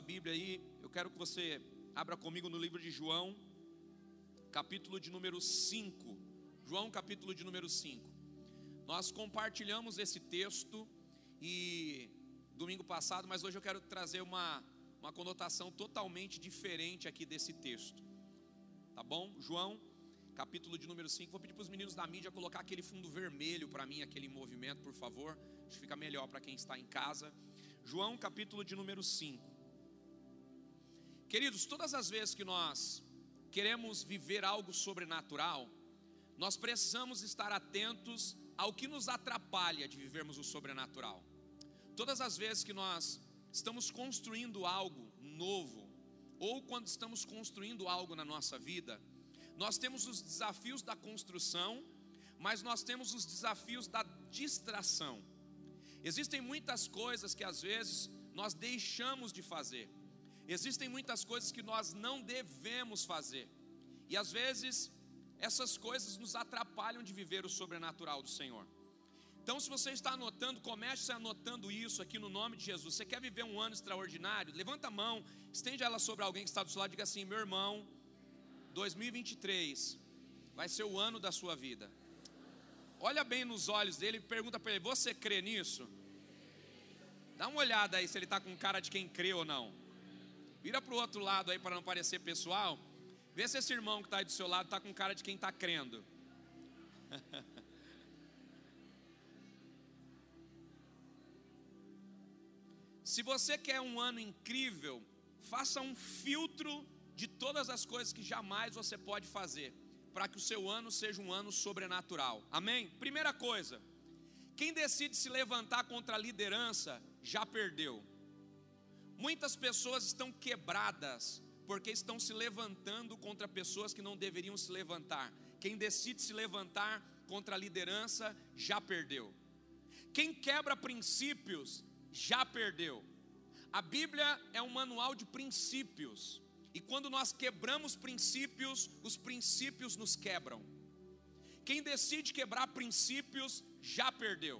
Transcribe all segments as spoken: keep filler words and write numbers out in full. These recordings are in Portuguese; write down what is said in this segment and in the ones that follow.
Bíblia aí, eu quero que você abra comigo no livro de João, capítulo de número cinco. João, capítulo de número cinco. Nós compartilhamos esse texto e domingo passado, mas hoje eu quero trazer uma, uma conotação totalmente diferente aqui desse texto. Tá bom? João, capítulo de número cinco. Vou pedir para os meninos da mídia colocar aquele fundo vermelho para mim, aquele movimento, por favor. Acho que fica melhor para quem está em casa. João, capítulo de número cinco. Queridos, todas as vezes que nós queremos viver algo sobrenatural, nós precisamos estar atentos ao que nos atrapalha de vivermos o sobrenatural. Todas as vezes que nós estamos construindo algo novo, ou quando estamos construindo algo na nossa vida, nós temos os desafios da construção, mas nós temos os desafios da distração. Existem muitas coisas que às vezes nós deixamos de fazer. Existem muitas coisas que nós não devemos fazer. E às vezes essas coisas nos atrapalham de viver o sobrenatural do Senhor. Então, se você está anotando, comece anotando isso aqui no nome de Jesus. Você quer viver um ano extraordinário? Levanta a mão, estende ela sobre alguém que está do seu lado e diga assim: meu irmão, dois mil e vinte e três vai ser o ano da sua vida. Olha bem nos olhos dele e pergunta para ele: você crê nisso? Dá uma olhada aí se ele está com cara de quem crê ou não. Vira para o outro lado aí para não parecer pessoal. Vê se esse irmão que está aí do seu lado está com cara de quem está crendo. Se você quer um ano incrível, faça um filtro de todas as coisas que jamais você pode fazer, para que o seu ano seja um ano sobrenatural. Amém? Primeira coisa, quem decide se levantar contra a liderança, já perdeu. Muitas pessoas estão quebradas, porque estão se levantando contra pessoas que não deveriam se levantar. Quem decide se levantar contra a liderança, já perdeu. Quem quebra princípios, já perdeu. A Bíblia é um manual de princípios. E quando nós quebramos princípios, os princípios nos quebram. Quem decide quebrar princípios, já perdeu.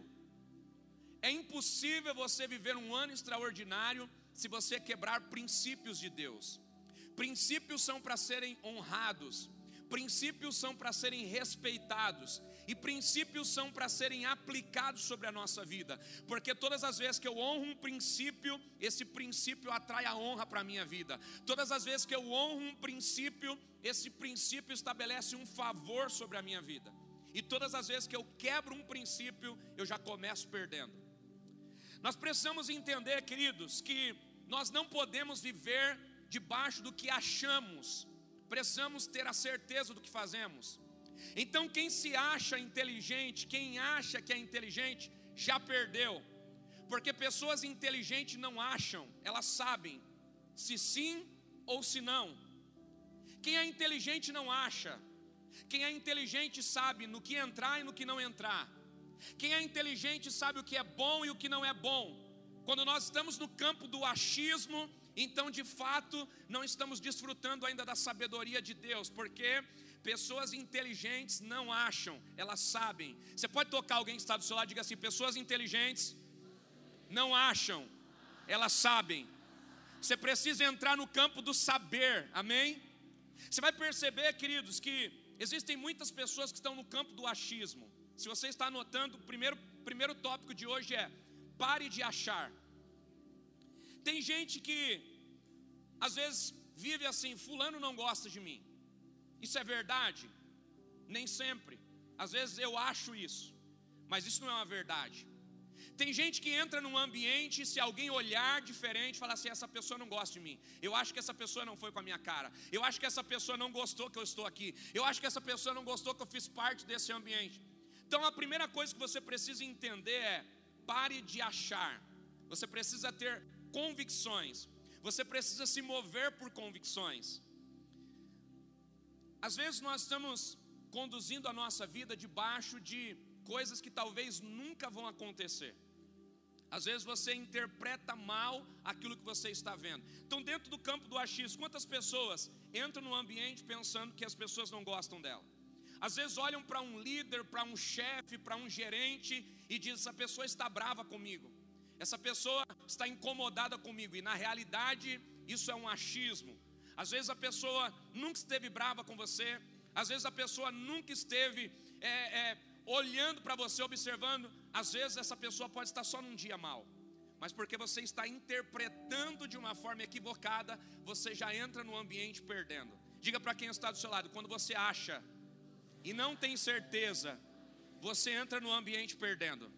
É impossível você viver um ano extraordinário se você quebrar princípios de Deus. Princípios são para serem honrados. Princípios são para serem respeitados. E princípios são para serem aplicados sobre a nossa vida. Porque todas as vezes que eu honro um princípio, esse princípio atrai a honra para a minha vida. Todas as vezes que eu honro um princípio, esse princípio estabelece um favor sobre a minha vida. E todas as vezes que eu quebro um princípio, eu já começo perdendo. Nós precisamos entender, queridos, que nós não podemos viver debaixo do que achamos. Precisamos ter a certeza do que fazemos. Então quem se acha inteligente, quem acha que é inteligente, já perdeu. Porque pessoas inteligentes não acham, elas sabem se sim ou se não. Quem é inteligente não acha. Quem é inteligente sabe no que entrar e no que não entrar. Quem é inteligente sabe o que é bom e o que não é bom. Quando nós estamos no campo do achismo, então de fato não estamos desfrutando ainda da sabedoria de Deus, porque pessoas inteligentes não acham, elas sabem. Você pode tocar alguém que está do seu lado e diga assim: pessoas inteligentes não acham, elas sabem. Você precisa entrar no campo do saber, amém? Você vai perceber, queridos, que existem muitas pessoas que estão no campo do achismo. Se você está anotando, o primeiro, primeiro tópico de hoje é: pare de achar. Tem gente que às vezes vive assim: fulano não gosta de mim. Isso é verdade? Nem sempre. Às vezes eu acho isso, mas isso não é uma verdade. Tem gente que entra num ambiente e se alguém olhar diferente, fala assim: essa pessoa não gosta de mim. Eu acho que essa pessoa não foi com a minha cara. Eu acho que essa pessoa não gostou que eu estou aqui. Eu acho que essa pessoa não gostou que eu fiz parte desse ambiente. Então a primeira coisa que você precisa entender é: pare de achar. Você precisa ter convicções. Você precisa se mover por convicções. Às vezes nós estamos conduzindo a nossa vida debaixo de coisas que talvez nunca vão acontecer. Às vezes você interpreta mal aquilo que você está vendo. Então, dentro do campo do achismo, quantas pessoas entram no ambiente pensando que as pessoas não gostam dela? Às vezes olham para um líder, para um chefe, para um gerente e dizem: essa pessoa está brava comigo, essa pessoa está incomodada comigo. E na realidade isso é um achismo. Às vezes a pessoa nunca esteve brava com você, às vezes a pessoa nunca esteve é, é, olhando para você, observando. Às vezes essa pessoa pode estar só num dia mal, mas porque você está interpretando de uma forma equivocada, você já entra no ambiente perdendo. Diga para quem está do seu lado: quando você acha e não tem certeza, você entra no ambiente perdendo.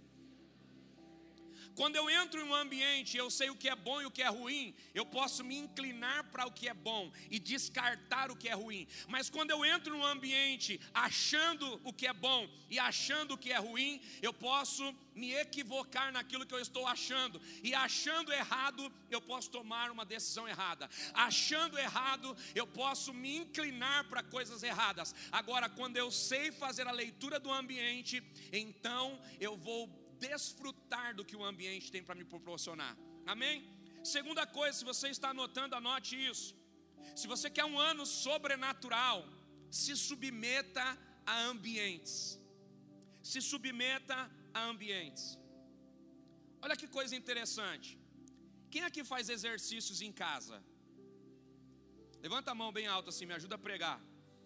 Quando eu entro em um ambiente, eu sei o que é bom e o que é ruim, eu posso me inclinar para o que é bom e descartar o que é ruim. Mas quando eu entro num ambiente achando o que é bom e achando o que é ruim, eu posso me equivocar naquilo que eu estou achando. E achando errado, eu posso tomar uma decisão errada. Achando errado, eu posso me inclinar para coisas erradas. Agora, quando eu sei fazer a leitura do ambiente, então eu vou desfrutar do que o ambiente tem para me proporcionar. Amém? Segunda coisa, se você está anotando, anote isso. Se você quer um ano sobrenatural, se submeta a ambientes. Se submeta a ambientes. Olha que coisa interessante. Quem aqui faz exercícios em casa? Levanta a mão bem alto assim, me ajuda a pregar.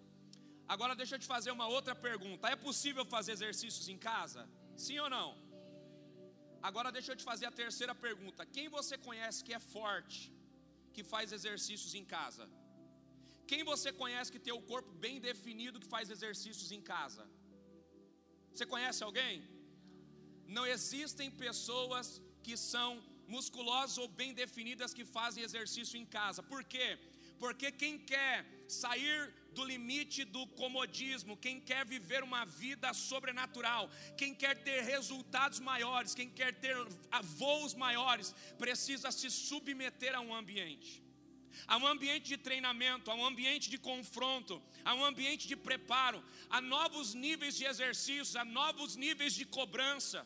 Agora deixa eu te fazer uma outra pergunta. É possível fazer exercícios em casa? Sim ou não? Agora deixa eu te fazer a terceira pergunta. Quem você conhece que é forte, que faz exercícios em casa? Quem você conhece que tem o corpo bem definido, que faz exercícios em casa? Você conhece alguém? Não existem pessoas que são musculosas ou bem definidas que fazem exercício em casa. Por quê? Porque quem quer sair do limite do comodismo, quem quer viver uma vida sobrenatural, quem quer ter resultados maiores, quem quer ter voos maiores, precisa se submeter a um ambiente. A um ambiente de treinamento, a um ambiente de confronto, a um ambiente de preparo, a novos níveis de exercícios, a novos níveis de cobrança.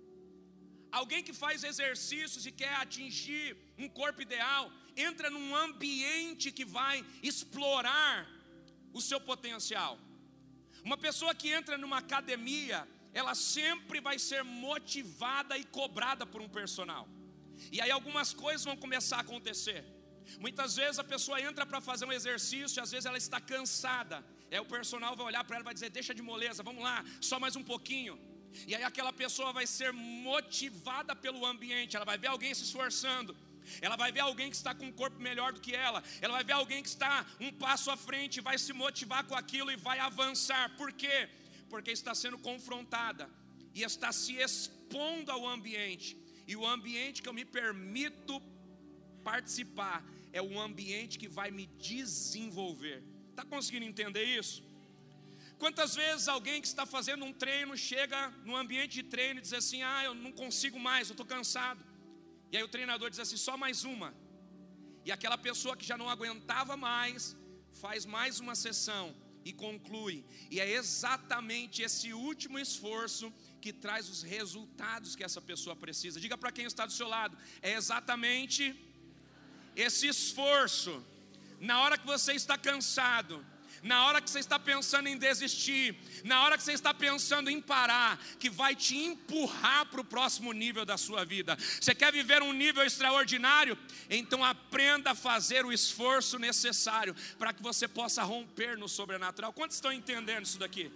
Alguém que faz exercícios e quer atingir um corpo ideal, entra num ambiente que vai explorar o seu potencial. Uma pessoa que entra numa academia, ela sempre vai ser motivada e cobrada por um personal. E aí algumas coisas vão começar a acontecer. Muitas vezes a pessoa entra para fazer um exercício e às vezes ela está cansada. Aí o personal vai olhar para ela e vai dizer: deixa de moleza, vamos lá, só mais um pouquinho. E aí aquela pessoa vai ser motivada pelo ambiente. Ela vai ver alguém se esforçando, ela vai ver alguém que está com um corpo melhor do que ela, ela vai ver alguém que está um passo à frente, vai se motivar com aquilo e vai avançar. Por quê? Porque está sendo confrontada e está se expondo ao ambiente. E o ambiente que eu me permito participar é um ambiente que vai me desenvolver. Está conseguindo entender isso? Quantas vezes alguém que está fazendo um treino chega no ambiente de treino e diz assim: ah, eu não consigo mais, eu estou cansado. E aí o treinador diz assim: só mais uma. E aquela pessoa que já não aguentava mais, faz mais uma sessão e conclui. E é exatamente esse último esforço que traz os resultados que essa pessoa precisa. Diga para quem está do seu lado: é exatamente esse esforço, na hora que você está cansado, na hora que você está pensando em desistir, na hora que você está pensando em parar, que vai te empurrar para o próximo nível da sua vida. Você quer viver um nível extraordinário? Então aprenda a fazer o esforço necessário para que você possa romper no sobrenatural. Quantos estão entendendo isso daqui?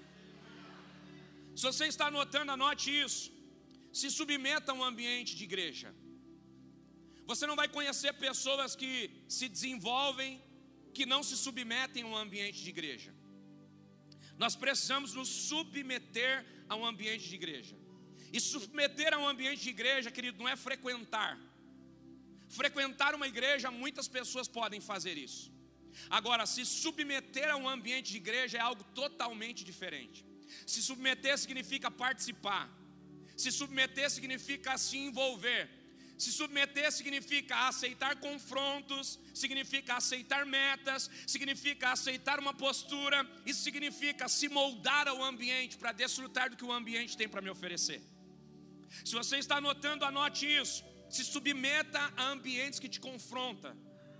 Se você está anotando, anote isso. Se submeta a um ambiente de igreja. Você não vai conhecer pessoas que se desenvolvem, que não se submetem a um ambiente de igreja. Nós precisamos nos submeter a um ambiente de igreja. E submeter a um ambiente de igreja, querido, não é frequentar. Frequentar uma igreja, muitas pessoas podem fazer isso. Agora, se submeter a um ambiente de igreja é algo totalmente diferente. Se submeter significa participar. Se submeter significa se envolver. Se submeter significa aceitar confrontos, significa aceitar metas, significa aceitar uma postura, isso significa se moldar ao ambiente para desfrutar do que o ambiente tem para me oferecer. Se você está anotando, anote isso. Se submeta a ambientes que te confrontam.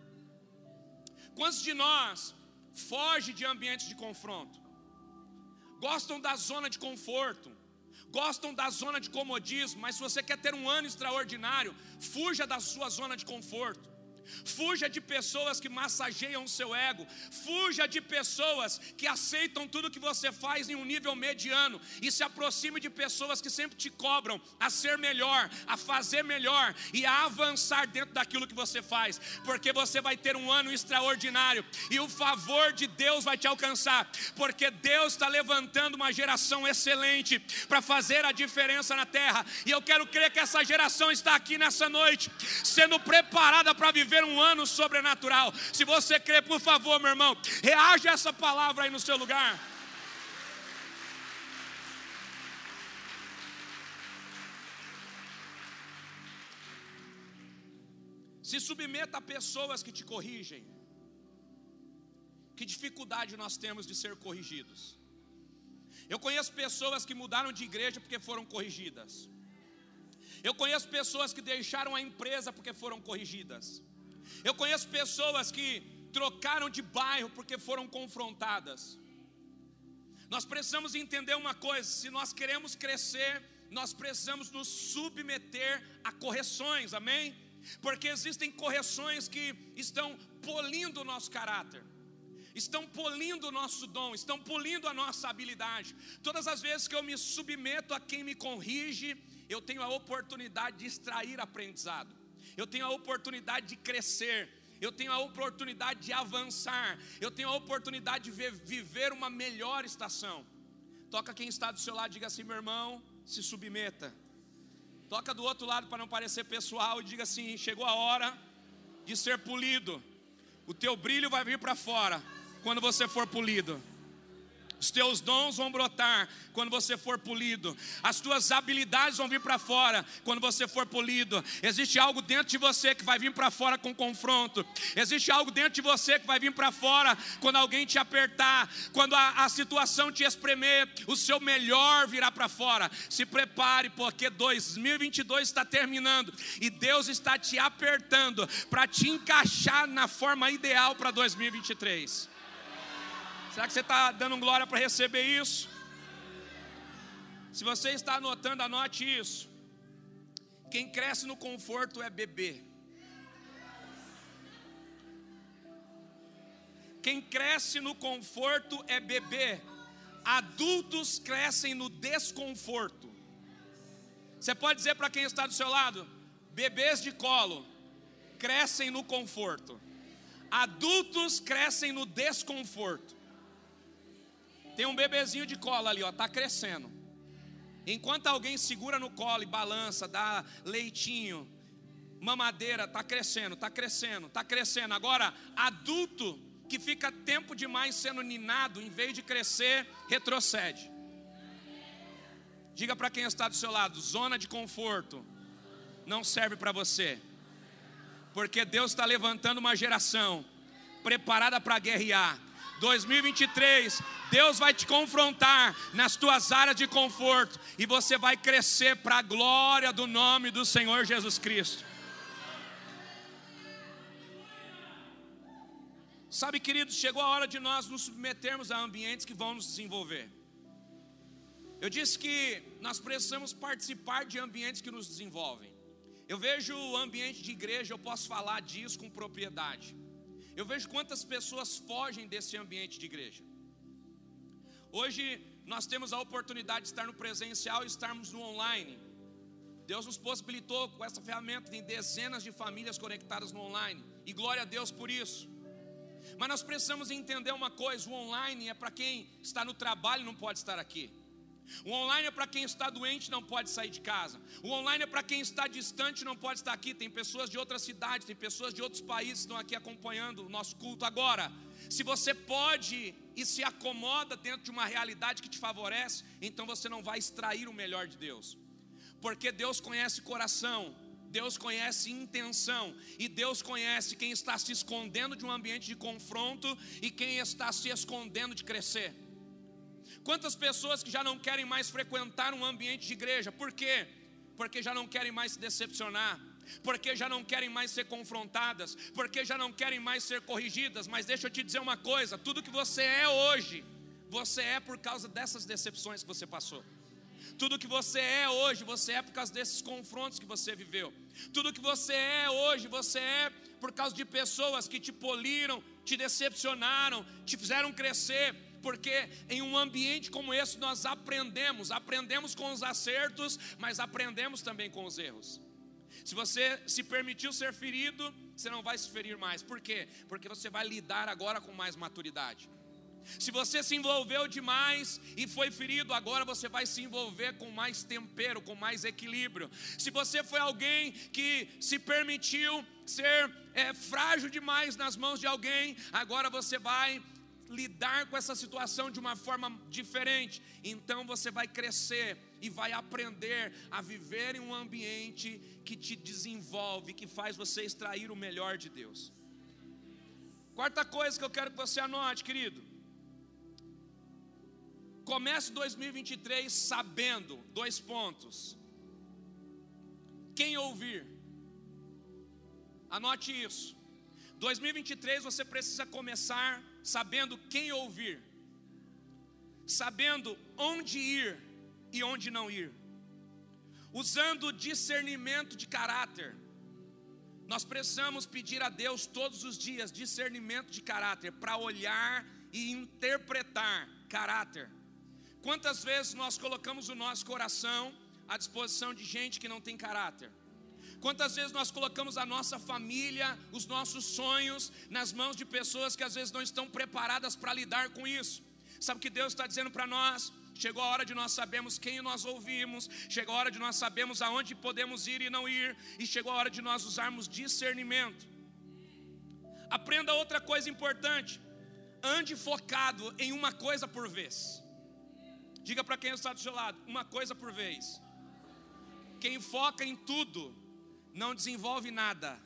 Quantos de nós fogem de ambientes de confronto? Gostam da zona de conforto, gostam da zona de comodismo, mas se você quer ter um ano extraordinário, fuja da sua zona de conforto. Fuja de pessoas que massageiam o seu ego. Fuja de pessoas que aceitam tudo que você faz em um nível mediano. E se aproxime de pessoas que sempre te cobram a ser melhor, a fazer melhor e a avançar dentro daquilo que você faz. Porque você vai ter um ano extraordinário e o favor de Deus vai te alcançar. Porque Deus está levantando uma geração excelente para fazer a diferença na terra. E eu quero crer que essa geração está aqui nessa noite, sendo preparada para viver um ano sobrenatural. Se você crê, por favor, meu irmão, reaja a essa palavra aí no seu lugar. Se submeta a pessoas que te corrigem. Que dificuldade nós temos de ser corrigidos. Eu conheço pessoas que mudaram de igreja porque foram corrigidas. Eu conheço pessoas que deixaram a empresa porque foram corrigidas. Eu conheço pessoas que trocaram de bairro porque foram confrontadas. Nós precisamos entender uma coisa: se nós queremos crescer, nós precisamos nos submeter a correções, amém? Porque existem correções que estão polindo o nosso caráter, estão polindo o nosso dom, estão polindo a nossa habilidade. Todas as vezes que eu me submeto a quem me corrige, eu tenho a oportunidade de extrair aprendizado, eu tenho a oportunidade de crescer, eu tenho a oportunidade de avançar, eu tenho a oportunidade de viver uma melhor estação. Toca quem está do seu lado, diga assim: meu irmão, se submeta. Toca do outro lado para não parecer pessoal e diga assim: chegou a hora de ser polido. O teu brilho vai vir para fora quando você for polido. Os teus dons vão brotar quando você for polido. As tuas habilidades vão vir para fora quando você for polido. Existe algo dentro de você que vai vir para fora com confronto. Existe algo dentro de você que vai vir para fora quando alguém te apertar, quando a, a situação te espremer. O seu melhor virá para fora. Se prepare, porque dois mil e vinte e dois está terminando e Deus está te apertando para te encaixar na forma ideal para dois mil e vinte e três. Será que você está dando glória para receber isso? Se você está anotando, anote isso. Quem cresce no conforto é bebê. Quem cresce no conforto é bebê. Adultos crescem no desconforto. Você pode dizer para quem está do seu lado: bebês de colo crescem no conforto. Adultos crescem no desconforto. Tem um bebezinho de colo ali, ó, tá crescendo. Enquanto alguém segura no colo e balança, dá leitinho, mamadeira, tá crescendo, tá crescendo, tá crescendo. Agora, adulto que fica tempo demais sendo ninado, em vez de crescer, retrocede. Diga para quem está do seu lado: zona de conforto não serve para você. Porque Deus está levantando uma geração preparada para guerrear. dois mil e vinte e três, Deus vai te confrontar nas tuas áreas de conforto e você vai crescer para a glória do nome do Senhor Jesus Cristo. Sabe, queridos, chegou a hora de nós nos submetermos a ambientes que vão nos desenvolver. Eu disse que nós precisamos participar de ambientes que nos desenvolvem. Eu vejo o ambiente de igreja, eu posso falar disso com propriedade. Eu vejo quantas pessoas fogem desse ambiente de igreja. Hoje nós temos a oportunidade de estar no presencial e estarmos no online. Deus nos possibilitou com essa ferramenta, tem dezenas de famílias conectadas no online. E glória a Deus por isso. Mas nós precisamos entender uma coisa: o online é para quem está no trabalho e não pode estar aqui. O online é para quem está doente e não pode sair de casa. O online é para quem está distante e não pode estar aqui. Tem pessoas de outras cidades, tem pessoas de outros países que estão aqui acompanhando o nosso culto agora. Se você pode e se acomoda dentro de uma realidade que te favorece, então você não vai extrair o melhor de Deus. Porque Deus conhece coração, Deus conhece intenção, e Deus conhece quem está se escondendo de um ambiente de confronto e quem está se escondendo de crescer. Quantas pessoas que já não querem mais frequentar um ambiente de igreja? Por quê? Porque já não querem mais se decepcionar, porque já não querem mais ser confrontadas, porque já não querem mais ser corrigidas. Mas deixa eu te dizer uma coisa: tudo que você é hoje, você é por causa dessas decepções que você passou. Tudo que você é hoje, você é por causa desses confrontos que você viveu. Tudo que você é hoje, você é Por causa de pessoas que te poliram, te decepcionaram, te fizeram crescer. Porque em um ambiente como esse nós aprendemos, aprendemos com os acertos, mas aprendemos também com os erros. Se você se permitiu ser ferido, você não vai se ferir mais. Por quê? Porque você vai lidar agora com mais maturidade. Se você se envolveu demais e foi ferido, agora você vai se envolver com mais tempero, com mais equilíbrio. Se você foi alguém que se permitiu ser é, frágil demais nas mãos de alguém, agora você vai lidar com essa situação de uma forma diferente. Então você vai crescer e vai aprender a viver em um ambiente que te desenvolve, que faz você extrair o melhor de Deus. Quarta coisa que eu quero que você anote, querido: comece dois mil e vinte e três sabendo, dois pontos, quem ouvir. Anote isso. dois mil e vinte e três você precisa começar sabendo quem ouvir, sabendo onde ir e onde não ir, usando discernimento de caráter. Nós precisamos pedir a Deus todos os dias discernimento de caráter, para olhar e interpretar caráter. Quantas vezes nós colocamos o nosso coração à disposição de gente que não tem caráter? Quantas vezes nós colocamos a nossa família, os nossos sonhos nas mãos de pessoas que às vezes não estão preparadas para lidar com isso? Sabe o que Deus está dizendo para nós? Chegou a hora de nós sabermos quem nós ouvimos, chegou a hora de nós sabermos aonde podemos ir e não ir, e chegou a hora de nós usarmos discernimento. Aprenda outra coisa importante: ande focado em uma coisa por vez. Diga para quem está do seu lado: uma coisa por vez. Quem foca em tudo não desenvolve nada.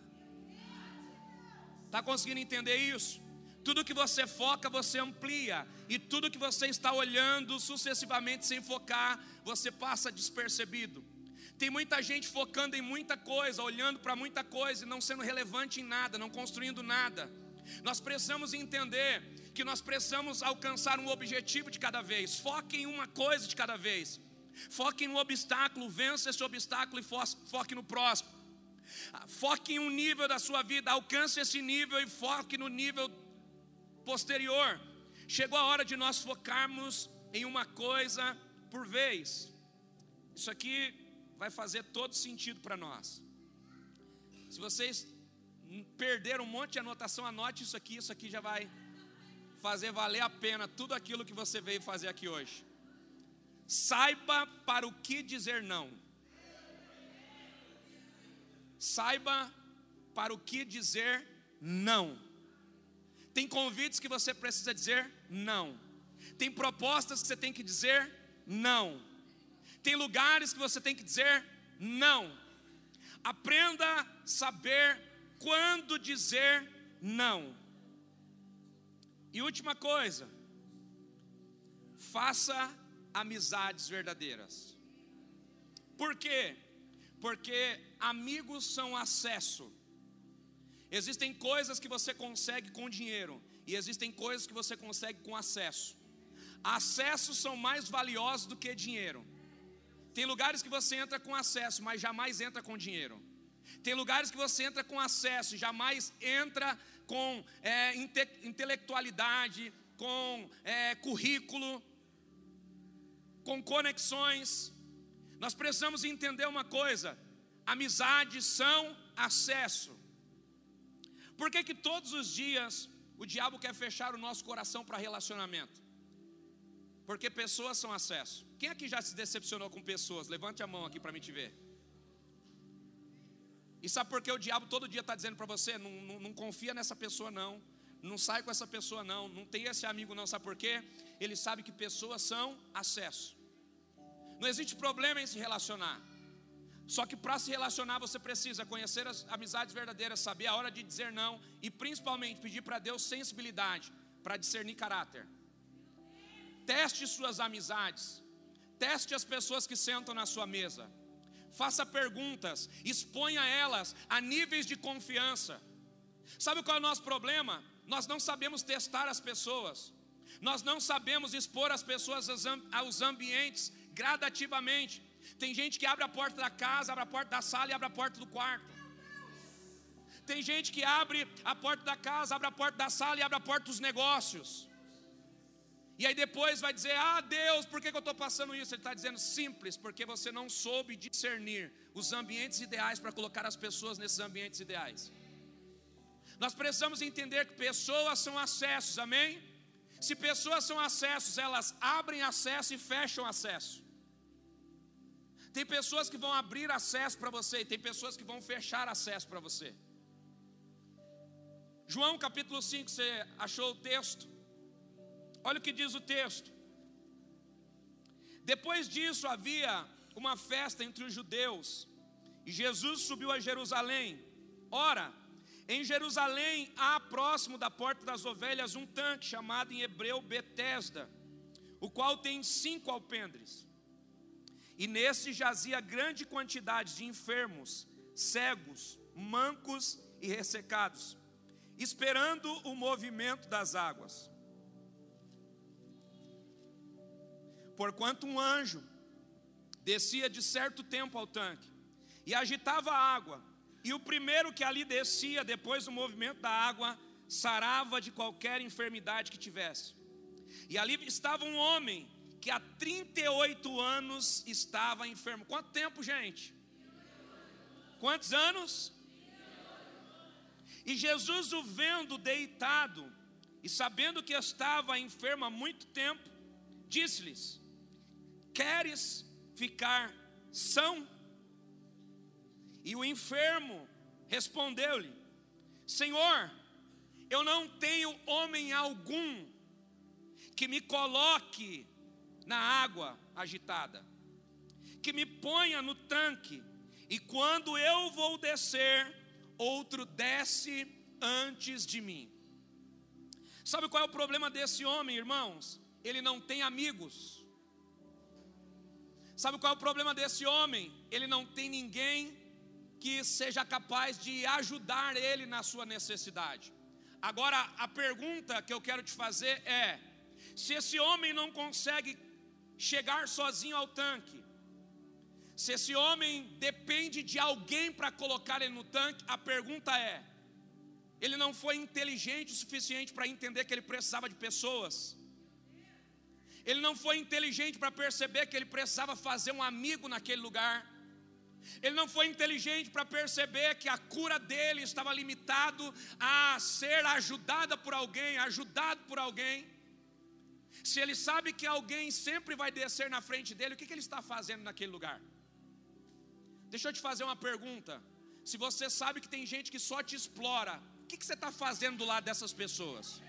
Está conseguindo entender isso? Tudo que você foca, você amplia. E tudo que você está olhando sucessivamente sem focar, você passa despercebido. Tem muita gente focando em muita coisa, olhando para muita coisa e não sendo relevante em nada, não construindo nada. Nós precisamos entender que nós precisamos alcançar um objetivo de cada vez. Foque em uma coisa de cada vez. Foque em um obstáculo, vença esse obstáculo e foque no próximo. Foque em um nível da sua vida, alcance esse nível e foque no nível posterior. Chegou a hora de nós focarmos em uma coisa por vez. Isso aqui vai fazer todo sentido para nós. Se vocês perderam um monte de anotação, anote isso aqui. Isso aqui já vai fazer valer a pena tudo aquilo que você veio fazer aqui hoje. Saiba para o que dizer não. Saiba para o que dizer não. Tem convites que você precisa dizer não. Tem propostas que você tem que dizer não. Tem lugares que você tem que dizer não. Aprenda a saber quando dizer não. E última coisa: faça amizades verdadeiras. Por quê? Porque amigos são acesso. Existem coisas que você consegue com dinheiro e existem coisas que você consegue com acesso. Acessos são mais valiosos do que dinheiro. Tem lugares que você entra com acesso, mas jamais entra com dinheiro. Tem lugares que você entra com acesso, jamais entra com é, inte, intelectualidade, com é, currículo, com conexões. Nós precisamos entender uma coisa: amizades são acesso. Por que que todos os dias o diabo quer fechar o nosso coração para relacionamento? Porque pessoas são acesso. Quem aqui já se decepcionou com pessoas? Levante a mão aqui para mim te ver. E sabe por que o diabo todo dia está dizendo para você: não, não, não confia nessa pessoa não, não sai com essa pessoa não, não tem esse amigo não. Sabe por quê? Ele sabe que pessoas são acesso. Não existe problema em se relacionar. Só que para se relacionar você precisa conhecer as amizades verdadeiras, saber a hora de dizer não e principalmente pedir para Deus sensibilidade para discernir caráter. Teste suas amizades, teste as pessoas que sentam na sua mesa, faça perguntas, exponha elas a níveis de confiança. Sabe qual é o nosso problema? Nós não sabemos testar as pessoas, nós não sabemos expor as pessoas aos ambientes gradativamente. Tem gente que abre a porta da casa, abre a porta da sala e abre a porta do quarto. Tem gente que abre a porta da casa, abre a porta da sala e abre a porta dos negócios. E aí depois vai dizer, ah Deus, por que, que eu estou passando isso? Ele está dizendo simples, porque você não soube discernir os ambientes ideais para colocar as pessoas nesses ambientes ideais. Nós precisamos entender que pessoas são acessos, amém? Se pessoas são acessos, elas abrem acesso e fecham acesso. Tem pessoas que vão abrir acesso para você e tem pessoas que vão fechar acesso para você. João capítulo cinco, você achou o texto? Olha o que diz o texto. Depois disso havia uma festa entre os judeus, e Jesus subiu a Jerusalém. Ora, em Jerusalém há próximo da porta das ovelhas um tanque chamado em hebreu Betesda, o qual tem cinco alpendres. E nesse jazia grande quantidade de enfermos, cegos, mancos e ressecados, esperando o movimento das águas. Porquanto um anjo descia de certo tempo ao tanque e agitava a água, e o primeiro que ali descia depois do movimento da água sarava de qualquer enfermidade que tivesse. E ali estava um homem que há trinta e oito anos estava enfermo. Quanto tempo, gente? Quantos anos? E Jesus, o vendo deitado e sabendo que estava enfermo há muito tempo, disse-lhes: queres ficar são? E o enfermo respondeu-lhe: Senhor, eu não tenho homem algum que me coloque na água agitada, que me ponha no tanque, e quando eu vou descer, outro desce antes de mim. Sabe qual é o problema desse homem, irmãos? Ele não tem amigos. Sabe qual é o problema desse homem? Ele não tem ninguém que seja capaz de ajudar ele na sua necessidade. Agora, a pergunta que eu quero te fazer é: se esse homem não consegue chegar sozinho ao tanque, se esse homem depende de alguém para colocar ele no tanque, a pergunta é: ele não foi inteligente o suficiente para entender que ele precisava de pessoas? Ele não foi inteligente para perceber que ele precisava fazer um amigo naquele lugar? Ele não foi inteligente para perceber que a cura dele estava limitado a ser ajudada por alguém, ajudado por alguém? Se ele sabe que alguém sempre vai descer na frente dele, o que, que ele está fazendo naquele lugar? Deixa eu te fazer uma pergunta. Se você sabe que tem gente que só te explora, o que, que você está fazendo do lado dessas pessoas?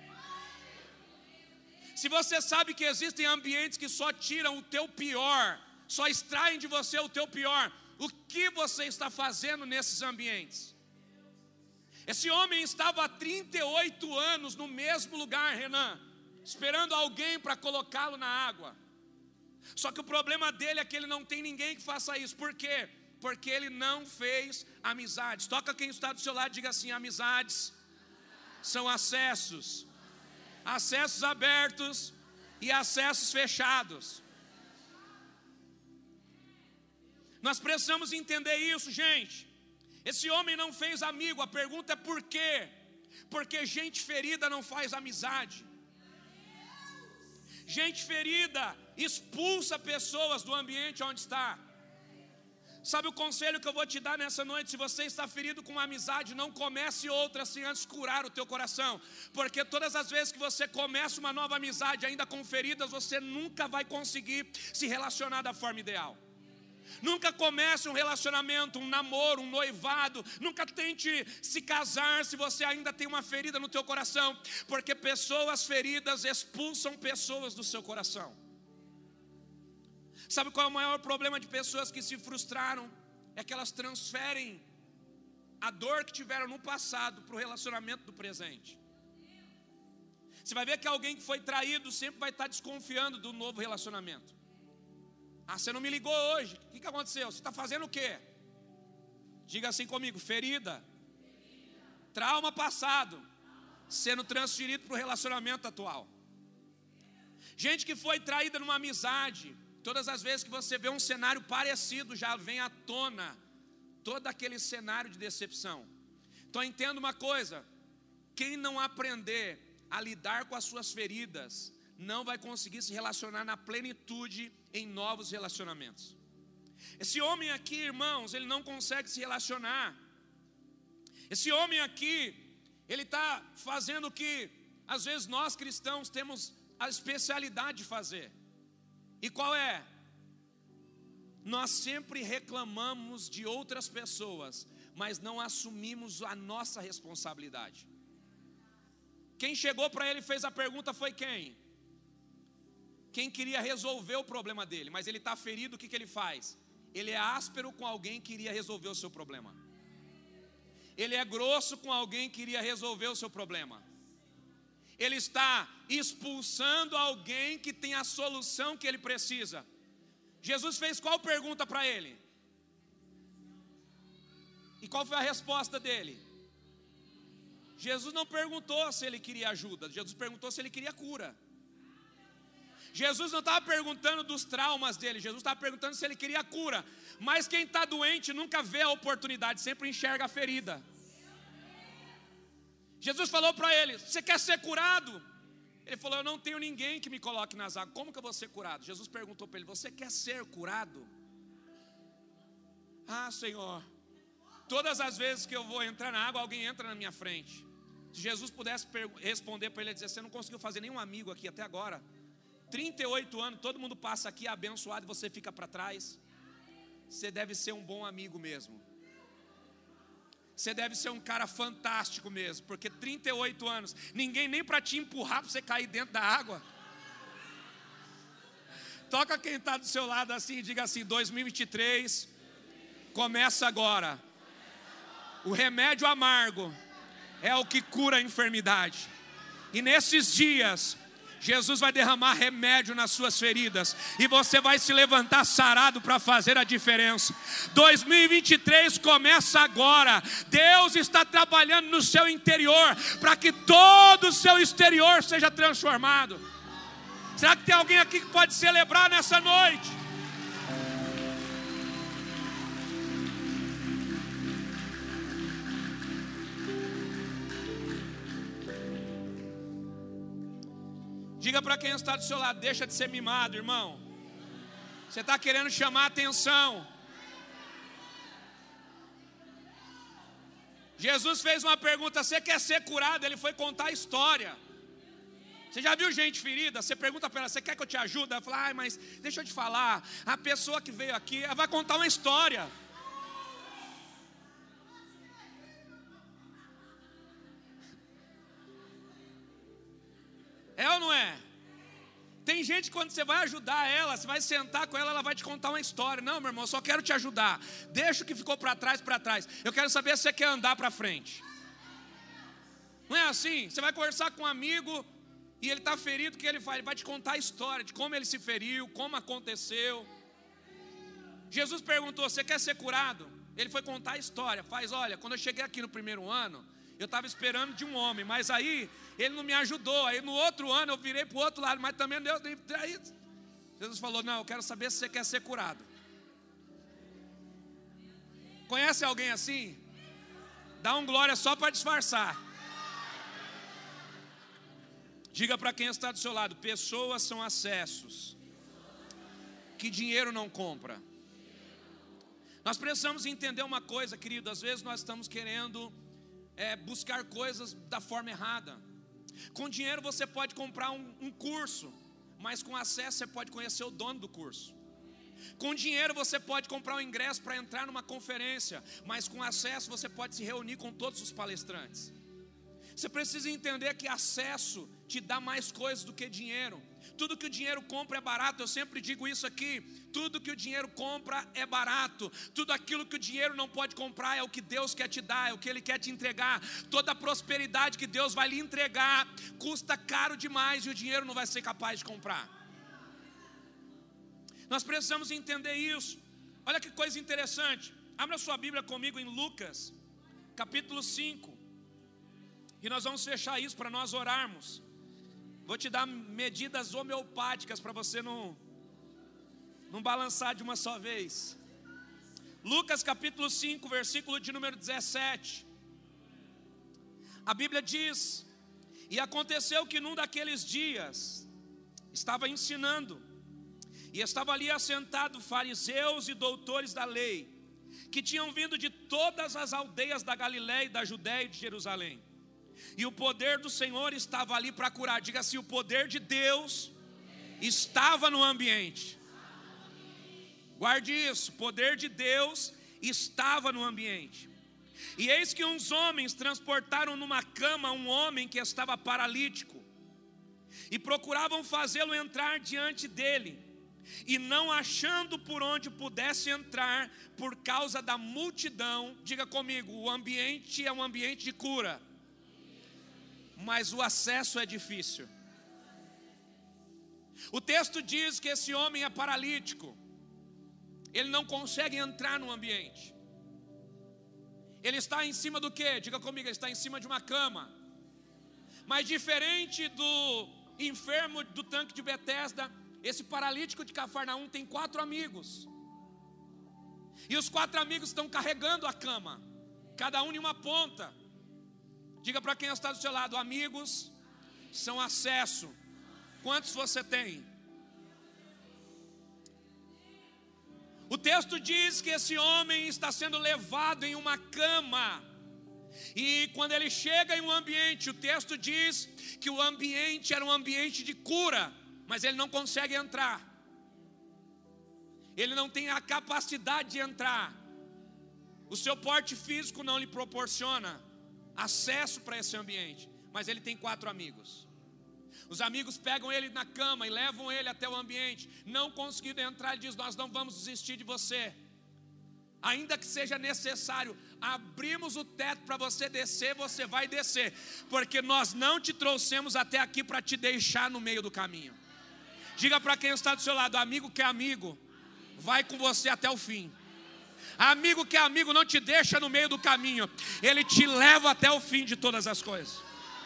Se você sabe que existem ambientes que só tiram o teu pior, só extraem de você o teu pior, o que você está fazendo nesses ambientes? Esse homem estava há trinta e oito anos no mesmo lugar, Renan, esperando alguém para colocá-lo na água. Só que o problema dele é que ele não tem ninguém que faça isso. Por quê? Porque ele não fez amizades. Toca quem está do seu lado e diga assim: amizades são acessos. Acessos abertos e acessos fechados. Nós precisamos entender isso, gente. Esse homem não fez amigo. A pergunta é por quê? Porque gente ferida não faz amizade. Gente ferida expulsa pessoas do ambiente onde está. Sabe o conselho que eu vou te dar nessa noite? Se você está ferido com uma amizade, não comece outra sem antes curar o teu coração. Porque todas as vezes que você começa uma nova amizade ainda com feridas, você nunca vai conseguir se relacionar da forma ideal. Nunca comece um relacionamento, um namoro, um noivado. Nunca tente se casar se você ainda tem uma ferida no teu coração. Porque pessoas feridas expulsam pessoas do seu coração. Sabe qual é o maior problema de pessoas que se frustraram? É que elas transferem a dor que tiveram no passado para o relacionamento do presente. Você vai ver que alguém que foi traído sempre vai estar desconfiando do novo relacionamento. Ah, você não me ligou hoje, o que, que aconteceu? Você está fazendo o quê? Diga assim comigo: ferida, trauma passado, sendo transferido para o relacionamento atual. Gente que foi traída numa amizade, todas as vezes que você vê um cenário parecido, já vem à tona todo aquele cenário de decepção. Então entenda uma coisa: quem não aprender a lidar com as suas feridas, não vai conseguir se relacionar na plenitude em novos relacionamentos. Esse homem aqui, irmãos, ele não consegue se relacionar. Esse homem aqui, ele está fazendo o que às vezes nós cristãos temos a especialidade de fazer. E qual é? Nós sempre reclamamos de outras pessoas, mas não assumimos a nossa responsabilidade. Quem chegou para ele e fez a pergunta foi quem? Quem queria resolver o problema dele, mas ele está ferido, o que, que ele faz? Ele é áspero com alguém que iria resolver o seu problema. Ele é grosso com alguém que iria resolver o seu problema. Ele está expulsando alguém que tem a solução que ele precisa. Jesus fez qual pergunta para ele? E qual foi a resposta dele? Jesus não perguntou se ele queria ajuda, Jesus perguntou se ele queria cura. Jesus não estava perguntando dos traumas dele, Jesus estava perguntando se ele queria cura. Mas quem está doente nunca vê a oportunidade, sempre enxerga a ferida. Jesus falou para ele: você quer ser curado? Ele falou: eu não tenho ninguém que me coloque nas águas, como que eu vou ser curado? Jesus perguntou para ele: você quer ser curado? Ah, Senhor, todas as vezes que eu vou entrar na água, alguém entra na minha frente. Se Jesus pudesse responder para ele e dizer: você não conseguiu fazer nenhum amigo aqui até agora, trinta e oito anos, todo mundo passa aqui abençoado e você fica para trás. Você deve ser um bom amigo mesmo. Você deve ser um cara fantástico mesmo, porque trinta e oito anos, ninguém nem para te empurrar para você cair dentro da água. Toca quem está do seu lado assim e diga assim: dois mil e vinte e três começa agora. O remédio amargo é o que cura a enfermidade. E nesses dias Jesus vai derramar remédio nas suas feridas, e você vai se levantar sarado para fazer a diferença. dois mil e vinte e três começa agora. Deus está trabalhando no seu interior, para que todo o seu exterior seja transformado. Será que tem alguém aqui que pode celebrar nessa noite? Diga para quem está do seu lado: deixa de ser mimado, irmão. Você está querendo chamar a atenção. Jesus fez uma pergunta: você quer ser curado? Ele foi contar a história. Você já viu gente ferida? Você pergunta para ela: você quer que eu te ajude? Ela fala: ai, mas deixa eu te falar, a pessoa que veio aqui, ela vai contar uma história. É ou não é? Tem gente que quando você vai ajudar ela, você vai sentar com ela, ela vai te contar uma história. Não, meu irmão, eu só quero te ajudar. Deixa o que ficou para trás, para trás. Eu quero saber se você quer andar para frente. Não é assim? Você vai conversar com um amigo e ele está ferido, o que ele faz? Ele vai te contar a história de como ele se feriu, como aconteceu. Jesus perguntou: você quer ser curado? Ele foi contar a história. Faz: olha, quando eu cheguei aqui no primeiro ano, eu estava esperando de um homem, mas aí ele não me ajudou. Aí no outro ano eu virei para o outro lado, mas também Deus. Aí Jesus falou: não, eu quero saber se você quer ser curado. Conhece alguém assim? Dá um glória só para disfarçar. Diga para quem está do seu lado: pessoas são acessos que dinheiro não compra. Nós precisamos entender uma coisa, querido. Às vezes nós estamos querendo É buscar coisas da forma errada. Com dinheiro você pode comprar um, um curso, mas com acesso você pode conhecer o dono do curso. Com dinheiro você pode comprar um ingresso para entrar numa conferência, mas com acesso você pode se reunir com todos os palestrantes. Você precisa entender que acesso te dá mais coisas do que dinheiro. Tudo que o dinheiro compra é barato. Eu sempre digo isso aqui: tudo que o dinheiro compra é barato. Tudo aquilo que o dinheiro não pode comprar é o que Deus quer te dar, é o que Ele quer te entregar. Toda a prosperidade que Deus vai lhe entregar custa caro demais, e o dinheiro não vai ser capaz de comprar. Nós precisamos entender isso. Olha que coisa interessante. Abra sua Bíblia comigo em Lucas capítulo cinco, e nós vamos fechar isso para nós orarmos. Vou te dar medidas homeopáticas para você não, não balançar de uma só vez. Lucas capítulo cinco, versículo de número dezessete. A Bíblia diz: e aconteceu que num daqueles dias estava ensinando, e estava ali assentado fariseus e doutores da lei, que tinham vindo de todas as aldeias da Galiléia e da Judéia e de Jerusalém. E o poder do Senhor estava ali para curar. Diga assim: o poder de Deus estava no ambiente. Guarde isso, o poder de Deus estava no ambiente. E eis que uns homens transportaram numa cama um homem que estava paralítico, e procuravam fazê-lo entrar diante dele, e não achando por onde pudesse entrar, por causa da multidão. Diga comigo: o ambiente é um ambiente de cura, mas o acesso é difícil. O texto diz que esse homem é paralítico, ele não consegue entrar no ambiente. Ele está em cima do quê? Diga comigo: ele está em cima de uma cama. Mas diferente do enfermo do tanque de Betesda, esse paralítico de Cafarnaum tem quatro amigos. E os quatro amigos estão carregando a cama, cada um em uma ponta. Diga para quem está do seu lado: amigos são acesso. Quantos você tem? O texto diz que esse homem está sendo levado em uma cama. E quando ele chega em um ambiente, o texto diz que o ambiente era um ambiente de cura, mas ele não consegue entrar. Ele não tem a capacidade de entrar. O seu porte físico não lhe proporciona acesso para esse ambiente, mas ele tem quatro amigos. Os amigos pegam ele na cama e levam ele até o ambiente. Não conseguindo entrar, ele diz: nós não vamos desistir de você. Ainda que seja necessário, abrimos o teto para você descer, você vai descer, porque nós não te trouxemos até aqui para te deixar no meio do caminho. Diga para quem está do seu lado: amigo que é amigo vai com você até o fim. Amigo que é amigo não te deixa no meio do caminho, ele te leva até o fim de todas as coisas.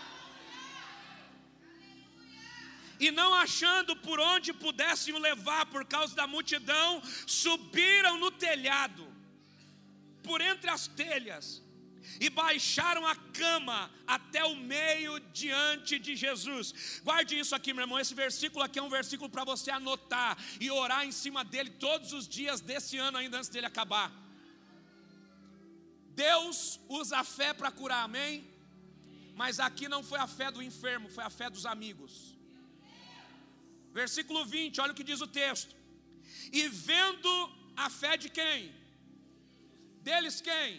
E não achando por onde pudessem o levar por causa da multidão, subiram no telhado, por entre as telhas, e baixaram a cama até o meio diante de Jesus. Guarde isso aqui, meu irmão. Esse versículo aqui é um versículo para você anotar e orar em cima dele todos os dias desse ano, ainda antes dele acabar. Deus usa a fé para curar, amém? Mas aqui não foi a fé do enfermo, foi a fé dos amigos. Versículo vinte, olha o que diz o texto: e vendo a fé de quem? Deles quem?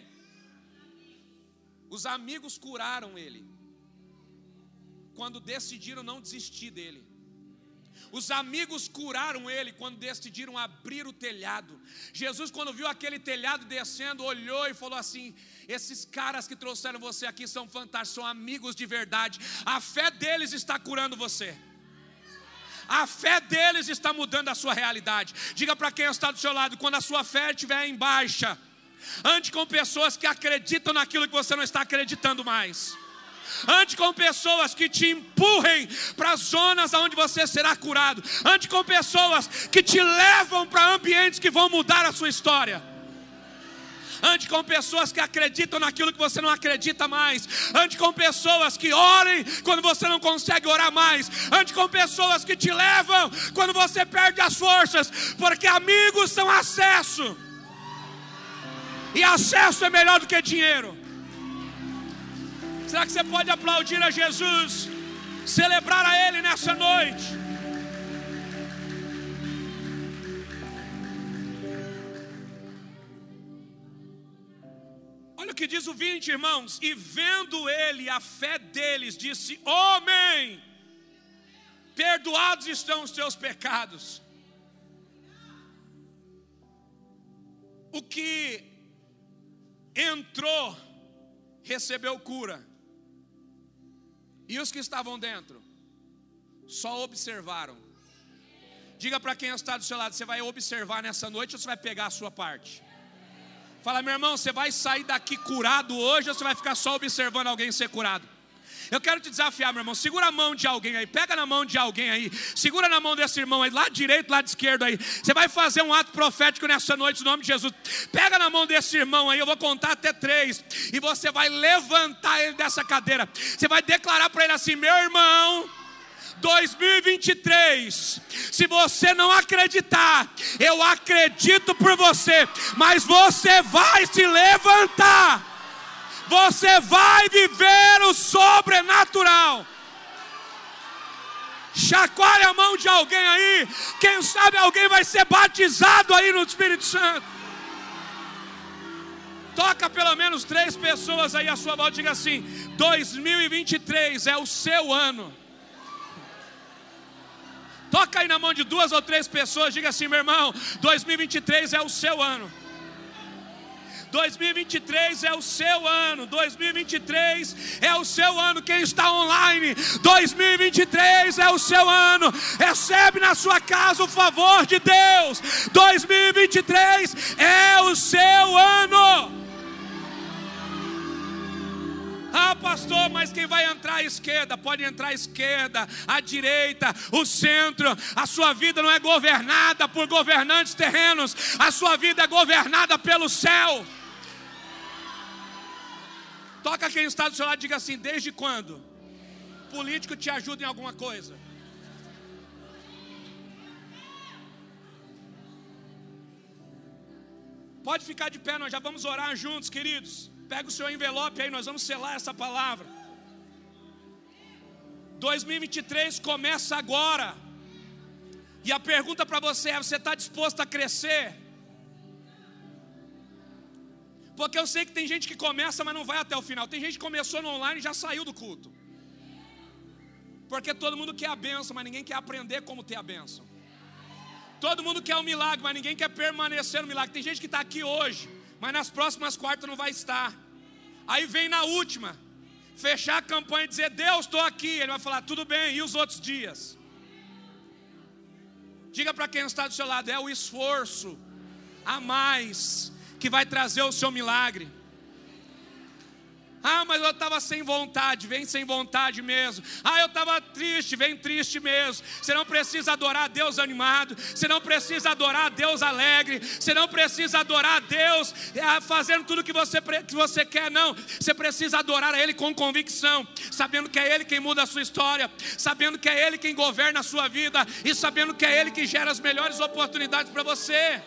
Os amigos curaram ele, quando decidiram não desistir dele. Os amigos curaram ele quando decidiram abrir o telhado. Jesus, quando viu aquele telhado descendo, olhou e falou assim: esses caras que trouxeram você aqui são fantásticos, são amigos de verdade. A fé deles está curando você. A fé deles está mudando a sua realidade. Diga para quem está do seu lado: quando a sua fé estiver em baixa, ande com pessoas que acreditam naquilo que você não está acreditando mais. Ande com pessoas que te empurrem para zonas onde você será curado. Ande com pessoas que te levam para ambientes que vão mudar a sua história. Ande com pessoas que acreditam naquilo que você não acredita mais. Ande com pessoas que orem quando você não consegue orar mais. Ande com pessoas que te levam quando você perde as forças, porque amigos são acesso, e acesso é melhor do que dinheiro. Será que você pode aplaudir a Jesus, celebrar a Ele nessa noite? Olha o que diz o vinte, irmãos: e vendo ele a fé deles, disse: homem, perdoados estão os teus pecados. O que entrou recebeu cura, e os que estavam dentro só observaram. Diga para quem está do seu lado: você vai observar nessa noite ou você vai pegar a sua parte? Fala: meu irmão, você vai sair daqui curado hoje ou você vai ficar só observando alguém ser curado? Eu quero te desafiar, meu irmão, segura a mão de alguém aí, pega na mão de alguém aí, segura na mão desse irmão aí, lado direito, lado esquerdo aí. Você vai fazer um ato profético nessa noite, no nome de Jesus. Pega na mão desse irmão aí, eu vou contar até três, e você vai levantar ele dessa cadeira. Você vai declarar para ele assim: meu irmão, dois mil e vinte e três, se você não acreditar, eu acredito por você, mas você vai se levantar. Você vai viver o sobrenatural. Chacoalhe a mão de alguém aí. Quem sabe alguém vai ser batizado aí no Espírito Santo. Toca pelo menos três pessoas aí à sua volta. Diga assim: dois mil e vinte e três é o seu ano. Toca aí na mão de duas ou três pessoas. Diga assim: meu irmão, dois mil e vinte e três é o seu ano. dois mil e vinte e três é o seu ano. dois mil e vinte e três é o seu ano. Quem está online, dois mil e vinte e três é o seu ano. Recebe na sua casa o favor de Deus. dois mil e vinte e três é o seu ano. Ah, pastor, mas quem vai entrar à esquerda? Pode entrar à esquerda, à direita, o centro. A sua vida não é governada por governantes terrenos. A sua vida é governada pelo céu. Toca quem está do seu lado e diga assim: desde quando político te ajuda em alguma coisa? Pode ficar de pé, nós já vamos orar juntos, queridos. Pega o seu envelope aí, nós vamos selar essa palavra. dois mil e vinte e três começa agora. E a pergunta para você é: você está disposto a crescer? Porque eu sei que tem gente que começa, mas não vai até o final. Tem gente que começou no online e já saiu do culto. Porque todo mundo quer a bênção, mas ninguém quer aprender como ter a bênção. Todo mundo quer o milagre, mas ninguém quer permanecer no milagre. Tem gente que está aqui hoje, mas nas próximas quartas não vai estar. Aí vem na última, fechar a campanha e dizer: Deus, estou aqui. Ele vai falar: tudo bem, e os outros dias? Diga para quem está do seu lado: é o esforço a mais que vai trazer o seu milagre. Ah, mas eu estava sem vontade. Vem sem vontade mesmo. Ah, eu estava triste. Vem triste mesmo. Você não precisa adorar a Deus animado. Você não precisa adorar a Deus alegre. Você não precisa adorar a Deus fazendo tudo que você, que você quer, não. Você precisa adorar a Ele com convicção, sabendo que é Ele quem muda a sua história, sabendo que é Ele quem governa a sua vida, e sabendo que é Ele que gera as melhores oportunidades para você.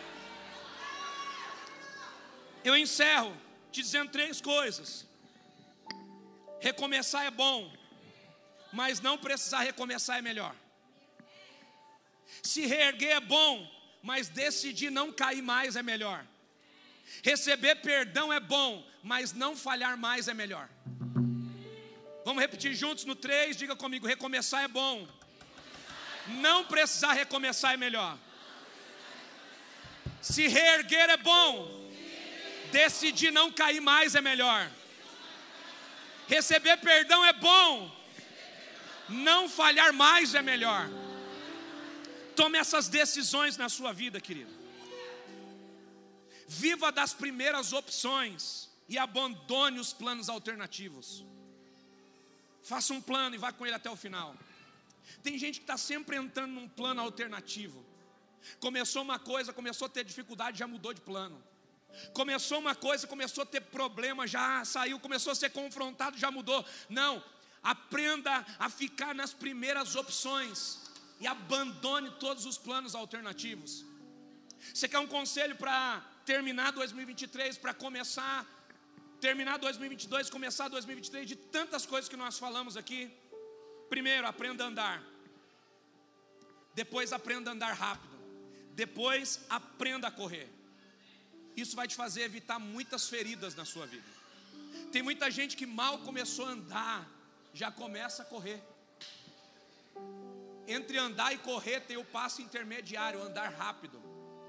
Eu encerro te dizendo três coisas. Recomeçar é bom, mas não precisar recomeçar é melhor. Se reerguer é bom, mas decidir não cair mais é melhor. Receber perdão é bom, mas não falhar mais é melhor. Vamos repetir juntos no três, diga comigo: recomeçar é bom, não precisar recomeçar é melhor. Se reerguer é bom, decidir não cair mais é melhor. Receber perdão é bom, não falhar mais é melhor. Tome essas decisões na sua vida, querido. Viva das primeiras opções e abandone os planos alternativos. Faça um plano e vá com ele até o final. Tem gente que está sempre entrando num plano alternativo. Começou uma coisa, começou a ter dificuldade, já mudou de plano. Começou uma coisa, começou a ter problema, já saiu, começou a ser confrontado, já mudou. Não, aprenda a ficar nas primeiras opções e abandone todos os planos alternativos. Você quer um conselho para terminar dois mil e vinte e três, para começar, terminar dois mil e vinte e dois, começar dois mil e vinte e três, de tantas coisas que nós falamos aqui? Primeiro, aprenda a andar. Depois, aprenda a andar rápido. Depois, aprenda a correr. Isso vai te fazer evitar muitas feridas na sua vida. Tem muita gente que mal começou a andar, já começa a correr. Entre andar e correr tem o passo intermediário, andar rápido.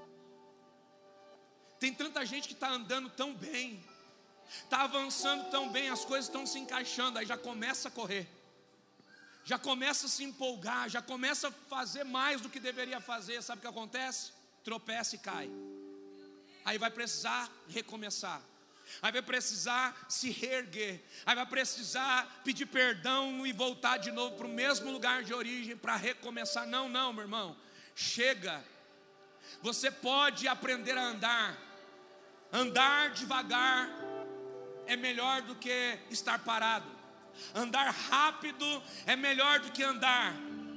Tem tanta gente que está andando tão bem, está avançando tão bem, as coisas estão se encaixando, aí já começa a correr, já começa a se empolgar, já começa a fazer mais do que deveria fazer. Sabe o que acontece? Tropeça e cai. Aí vai precisar recomeçar. Aí vai precisar se reerguer, aí vai precisar pedir perdão e voltar de novo para o mesmo lugar de origem para recomeçar. Não, não, meu irmão, chega. Você pode aprender a andar. Andar devagar é melhor do que estar parado. Andar rápido é melhor do que andar.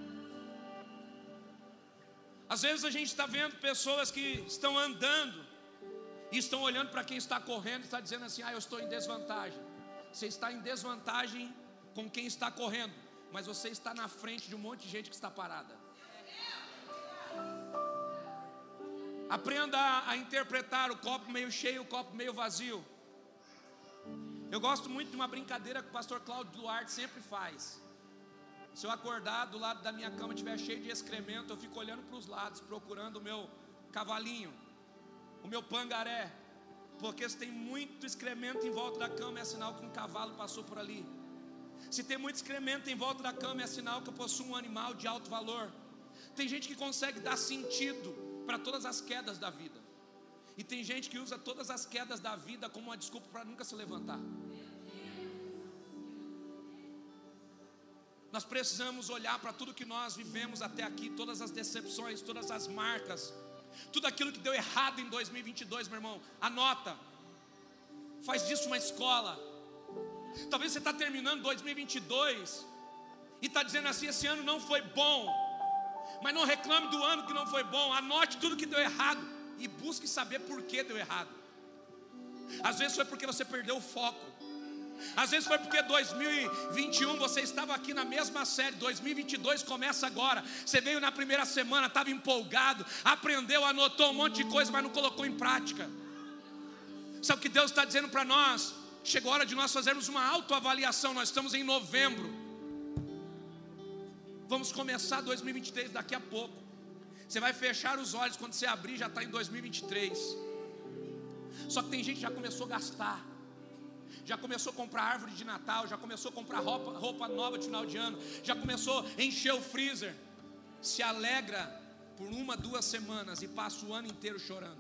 Às vezes a gente está vendo pessoas que estão andando e estão olhando para quem está correndo e está dizendo assim: ah, eu estou em desvantagem. Você está em desvantagem com quem está correndo, mas você está na frente de um monte de gente que está parada. Aprenda a, a interpretar o copo meio cheio, o copo meio vazio. Eu gosto muito de uma brincadeira que o pastor Cláudio Duarte sempre faz. Se eu acordar do lado da minha cama estiver cheio de excremento, eu fico olhando para os lados, procurando o meu cavalinho, o meu pangaré, porque se tem muito excremento em volta da cama, é sinal que um cavalo passou por ali. Se tem muito excremento em volta da cama, é sinal que eu possuo um animal de alto valor. Tem gente que consegue dar sentido para todas as quedas da vida, e tem gente que usa todas as quedas da vida como uma desculpa para nunca se levantar. Nós precisamos olhar para tudo que nós vivemos até aqui, todas as decepções, todas as marcas, tudo aquilo que deu errado em dois mil e vinte e dois, meu irmão. Anota, faz disso uma escola. Talvez você está terminando dois mil e vinte e dois e está dizendo assim: esse ano não foi bom. Mas não reclame do ano que não foi bom. Anote tudo que deu errado e busque saber por que deu errado. Às vezes foi porque você perdeu o foco. Às vezes foi porque dois mil e vinte e um você estava aqui na mesma série. dois mil e vinte e dois começa agora. Você veio na primeira semana, estava empolgado, aprendeu, anotou um monte de coisa, mas não colocou em prática. Sabe o que Deus está dizendo para nós? Chegou a hora de nós fazermos uma autoavaliação. Nós estamos em novembro. Vamos começar dois mil e vinte e três daqui a pouco. Você vai fechar os olhos, quando você abrir já está em dois mil e vinte e três. Só que tem gente que já começou a gastar, já começou a comprar árvore de Natal, já começou a comprar roupa, roupa nova de final de ano, já começou a encher o freezer. Se alegra por uma, duas semanas e passa o ano inteiro chorando,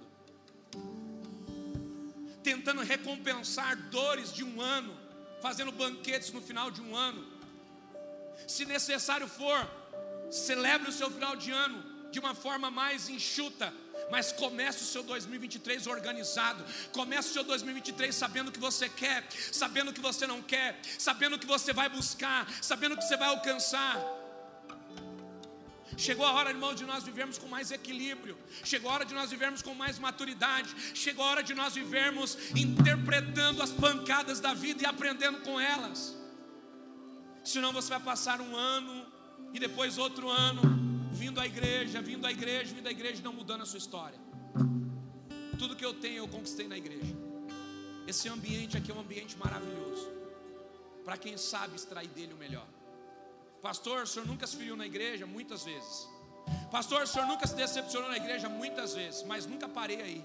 tentando recompensar dores de um ano, fazendo banquetes no final de um ano. Se necessário for, celebre o seu final de ano de uma forma mais enxuta, mas comece o seu dois mil e vinte e três organizado. Comece o seu dois mil e vinte e três sabendo o que você quer, sabendo o que você não quer, sabendo o que você vai buscar, sabendo o que você vai alcançar. Chegou a hora, irmão, de nós vivermos com mais equilíbrio. Chegou a hora de nós vivermos com mais maturidade. Chegou a hora de nós vivermos interpretando as pancadas da vida e aprendendo com elas. Senão você vai passar um ano e depois outro ano vindo à igreja, vindo à igreja, vindo à igreja e não mudando a sua história. Tudo que eu tenho eu conquistei na igreja. Esse ambiente aqui é um ambiente maravilhoso, para quem sabe extrair dele o melhor. Pastor, o senhor nunca se feriu na igreja? Muitas vezes. Pastor, o senhor nunca se decepcionou na igreja? Muitas vezes, mas nunca parei aí.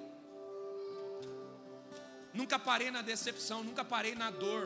Nunca parei na decepção, nunca parei na dor.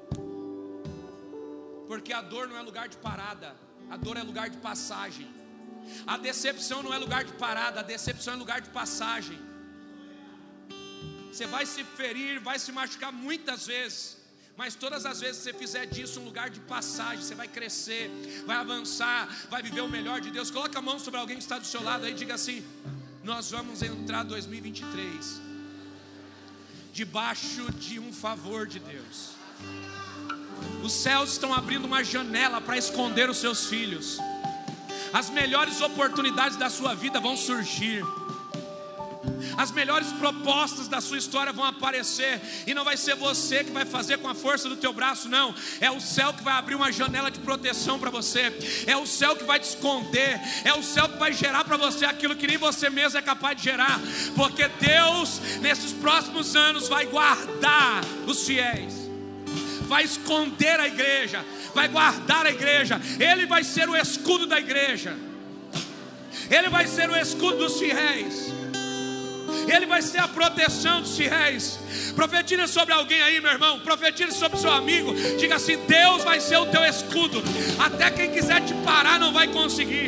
Porque a dor não é lugar de parada, a dor é lugar de passagem. A decepção não é lugar de parada, a decepção é lugar de passagem. Você vai se ferir, vai se machucar muitas vezes, mas todas as vezes que você fizer disso um lugar de passagem, você vai crescer, vai avançar, vai viver o melhor de Deus. Coloca a mão sobre alguém que está do seu lado aí e diga assim: nós vamos entrar dois mil e vinte e três debaixo de um favor de Deus. Os céus estão abrindo uma janela para esconder os seus filhos. As melhores oportunidades da sua vida vão surgir. As melhores propostas da sua história vão aparecer. E não vai ser você que vai fazer com a força do teu braço, não. É o céu que vai abrir uma janela de proteção para você. É o céu que vai te esconder. É o céu que vai gerar para você aquilo que nem você mesmo é capaz de gerar. Porque Deus, nesses próximos anos, vai guardar os fiéis, vai esconder a igreja, vai guardar a igreja. Ele vai ser o escudo da igreja. Ele vai ser o escudo dos fiéis. Ele vai ser a proteção dos fiéis. Profetize sobre alguém aí, meu irmão. Profetize sobre seu amigo. Diga assim: Deus vai ser o teu escudo. Até quem quiser te parar não vai conseguir.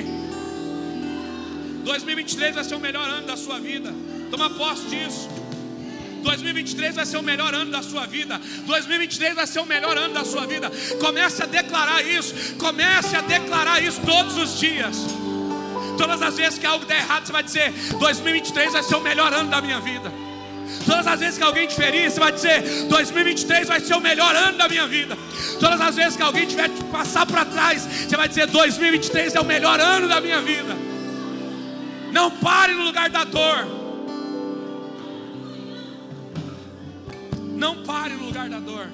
dois mil e vinte e três vai ser o melhor ano da sua vida. Toma posse disso. dois mil e vinte e três vai ser o melhor ano da sua vida. dois mil e vinte e três vai ser o melhor ano da sua vida. Comece a declarar isso. Comece a declarar isso todos os dias. Todas as vezes que algo der errado, você vai dizer: dois mil e vinte e três vai ser o melhor ano da minha vida. Todas as vezes que alguém te ferir, você vai dizer: dois mil e vinte e três vai ser o melhor ano da minha vida. Todas as vezes que alguém tiver te passar para trás, você vai dizer: dois mil e vinte e três é o melhor ano da minha vida. Não pare no lugar da dor. Não pare no lugar da dor.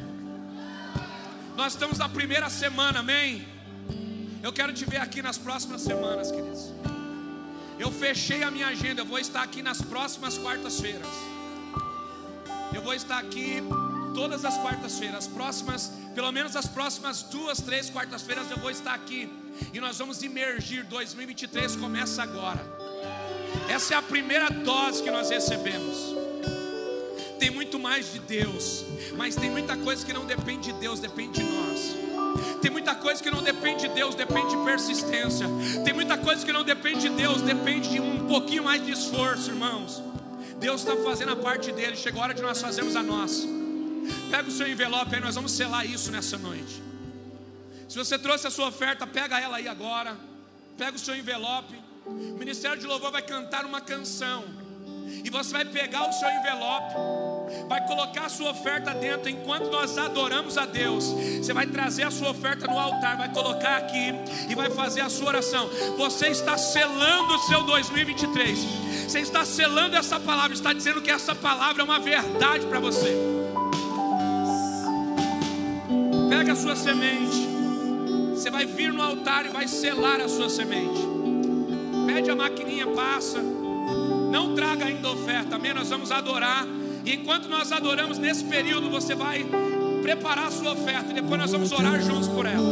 Nós estamos na primeira semana, amém? Eu quero te ver aqui nas próximas semanas, queridos. Eu fechei a minha agenda. Eu vou estar aqui nas próximas quartas-feiras. Eu vou estar aqui todas as quartas-feiras. As próximas, pelo menos as próximas duas, três quartas-feiras eu vou estar aqui. E nós vamos imergir. dois mil e vinte e três começa agora. Essa é a primeira dose que nós recebemos. Tem muito mais de Deus, mas tem muita coisa que não depende de Deus, depende de nós. Tem muita coisa que não depende de Deus, depende de persistência. Tem muita coisa que não depende de Deus, depende de um pouquinho mais de esforço, irmãos. Deus está fazendo a parte dele, chegou a hora de nós fazermos a nossa. Pega o seu envelope aí, nós vamos selar isso nessa noite. Se você trouxe a sua oferta, pega ela aí agora. Pega o seu envelope. O Ministério de Louvor vai cantar uma canção, e você vai pegar o seu envelope, vai colocar a sua oferta dentro. Enquanto nós adoramos a Deus, você vai trazer a sua oferta no altar, vai colocar aqui e vai fazer a sua oração. Você está selando o seu dois mil e vinte e três. Você está selando essa palavra, está dizendo que essa palavra é uma verdade para você. Pega a sua semente. Você vai vir no altar e vai selar a sua semente. Pede a maquininha, passa. Não traga ainda oferta, amém? Nós vamos adorar. E enquanto nós adoramos, nesse período, você vai preparar a sua oferta. E depois nós vamos orar juntos por ela.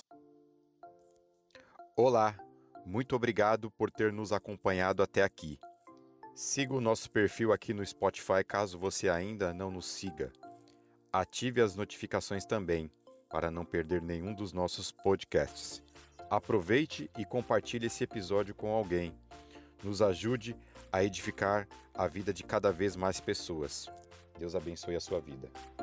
Olá, muito obrigado por ter nos acompanhado até aqui. Siga o nosso perfil aqui no Spotify caso você ainda não nos siga. Ative as notificações também, para não perder nenhum dos nossos podcasts. Aproveite e compartilhe esse episódio com alguém. Nos ajude a edificar a vida de cada vez mais pessoas. Deus abençoe a sua vida.